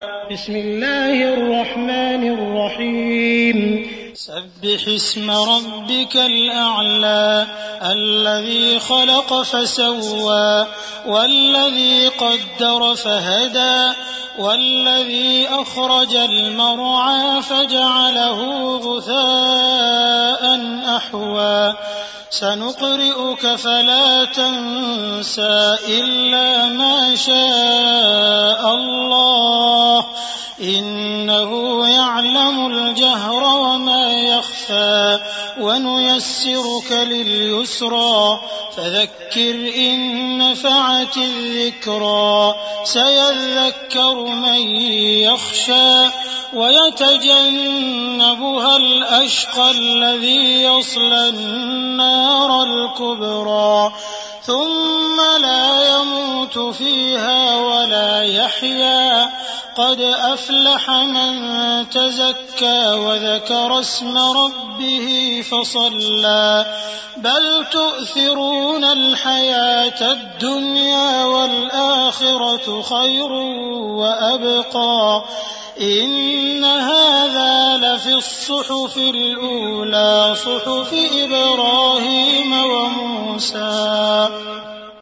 بسم الله الرحمن الرحيم سبح اسم ربك الأعلى الذي خلق فسوى والذي قدر فهدى والذي أخرج المرعى فجعله غثاء أحوى سنقرئك فلا تنسى إلا ما شاء الله إنه يعلم الجهر وما يخفى ونيسرك لليسرى فذكر إن نفعت الذكرى سيذكر من يخشى ويتجنبها الأشقى الذي يصلى النار الكبرى ثم لا يموت فيها ولا يحيا قد أفلح من تزكى وذكر اسم ربه فصلى بل تؤثرون الحياة الدنيا والآخرة خير وأبقى إن هذا لفي الصحف الأولى صحف إبراهيم وموسى